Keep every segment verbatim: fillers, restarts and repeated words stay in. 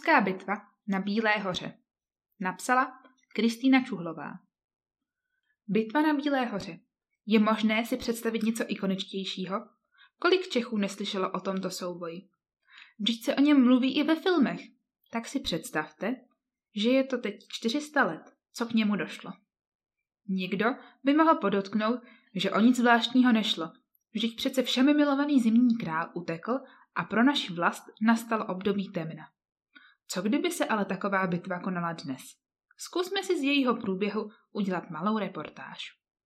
Stavovská bitva na Bílé hoře. Napsala Kristýna Čuhlová. Bitva na Bílé hoře. Je možné si představit něco ikoničtějšího? Kolik Čechů neslyšelo o tomto souboji? Vždyť se o něm mluví i ve filmech. Tak si představte, že je to teď čtyři sta let, co k němu došlo. Někdo by mohl podotknout, že o nic zvláštního nešlo. Vždyť přece všemi milovaný zimní král utekl a pro naši vlast nastalo období temna. Co kdyby se ale taková bitva konala dnes? Zkusme si z jejího průběhu udělat malou reportáž.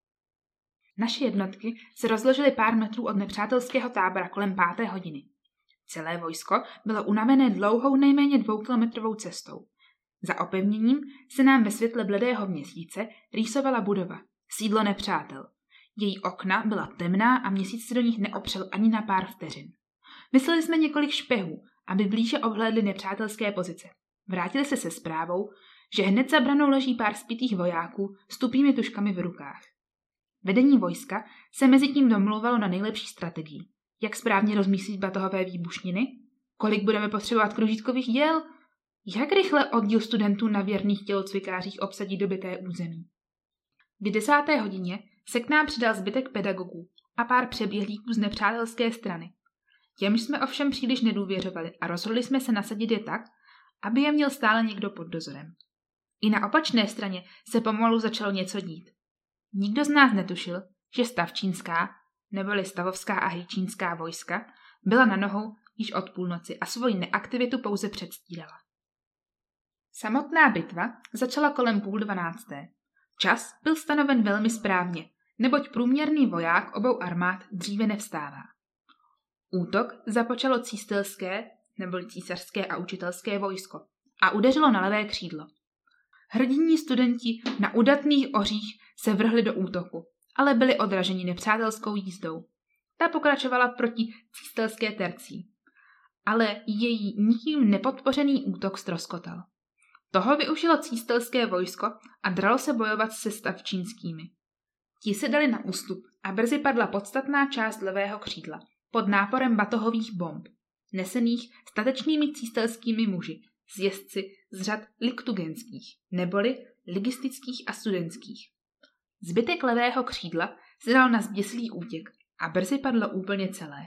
Naše jednotky se rozložily pár metrů od nepřátelského tábora kolem páté hodiny. Celé vojsko bylo unavené dlouhou nejméně dvoukilometrovou cestou. Za opevněním se nám ve světle bledého měsíce rýsovala budova, sídlo nepřátel. Její okna byla temná a měsíc se do nich neopřel ani na pár vteřin. Vyslali jsme několik špehů, aby blíže obhlédli nepřátelské pozice. Vrátili se se zprávou, že hned za branou leží pár spitých vojáků s tupými tužkami v rukách. Vedení vojska se mezi tím domluvalo na nejlepší strategii. Jak správně rozmístit batohové výbušniny? Kolik budeme potřebovat kružítkových děl? Jak rychle oddíl studentů na věrných tělocvikářích obsadí dobyté území? V desáté hodině se k nám přidal zbytek pedagogů a pár přeběhlíků z nepřátelské strany. Těm jsme ovšem příliš nedůvěřovali a rozhodli jsme se nasadit je tak, aby je měl stále někdo pod dozorem. I na opačné straně se pomalu začalo něco dít. Nikdo z nás netušil, že stavčínská, neboli stavovská a hejčínská vojska byla na nohou již od půlnoci a svoji neaktivitu pouze předstírala. Samotná bitva začala kolem půl dvanácté. Čas byl stanoven velmi správně, neboť průměrný voják obou armád dříve nevstává. Útok započalo cístelské, neboli císařské a učitelské vojsko a udeřilo na levé křídlo. Hrdinní studenti na udatných ořích se vrhli do útoku, ale byli odraženi nepřátelskou jízdou. Ta pokračovala proti cístelské tercí, ale její nikým nepodpořený útok ztroskotal. Toho využilo cístelské vojsko a dralo se bojovat se stavčínskými. Ti se dali na ústup a brzy padla podstatná část levého křídla pod náporem batohových bomb, nesených statečnými cístelskými muži, z jezdci z řad liktugenských, neboli ligistických a studentských. Zbytek levého křídla se dal na zběsilý útěk a brzy padlo úplně celé.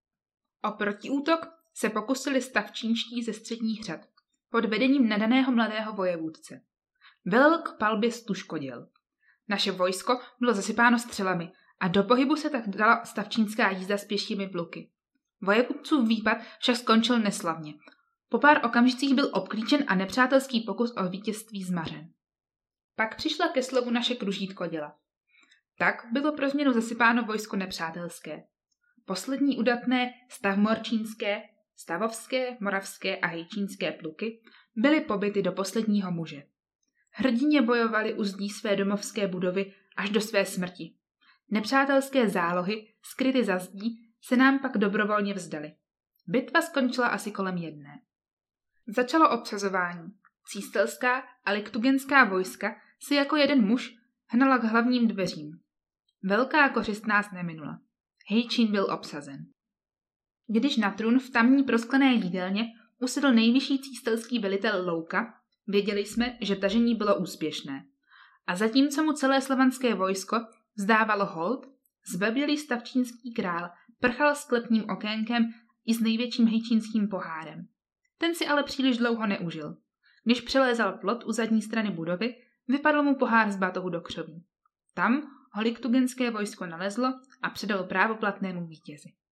O protiútok se pokusili stavčínští ze středních řad pod vedením nadaného mladého vojevůdce. Velel k palbě stužkoděl. Naše vojsko bylo zasypáno střelami a do pohybu se tak dala stavčínská jízda s pěšími pluky. Vojevůdcův výpad však skončil neslavně. Po pár okamžicích byl obklíčen a nepřátelský pokus o vítězství zmařen. Pak přišla ke slovu naše kružítkoděla. Tak bylo pro změnu zasypáno vojsko nepřátelské. Poslední udatné stavmorčínské, stavovské, moravské a hejčínské pluky byly pobyty do posledního muže. Hrdině bojovali u zdí své domovské budovy až do své smrti. Nepřátelské zálohy, skryty za zdí, se nám pak dobrovolně vzdaly. Bitva skončila asi kolem jedné. Začalo obsazování. Cístelská a liktugenská vojska si jako jeden muž hnala k hlavním dveřím. Velká kořist nás neminula. Hejčín byl obsazen. Když na trůn v tamní prosklené jídelně usedl nejvyšší cístelský velitel Louka, věděli jsme, že tažení bylo úspěšné. A zatímco mu celé slovanské vojsko vzdávalo hold, zbabělý stavčínský král prchal sklepním okénkem i s největším hejčínským pohárem. Ten si ale příliš dlouho neužil. Když přelézal plot u zadní strany budovy, vypadl mu pohár z batohu do křoví. Tam ho liktugenské vojsko nalezlo a předalo právoplatnému vítězi.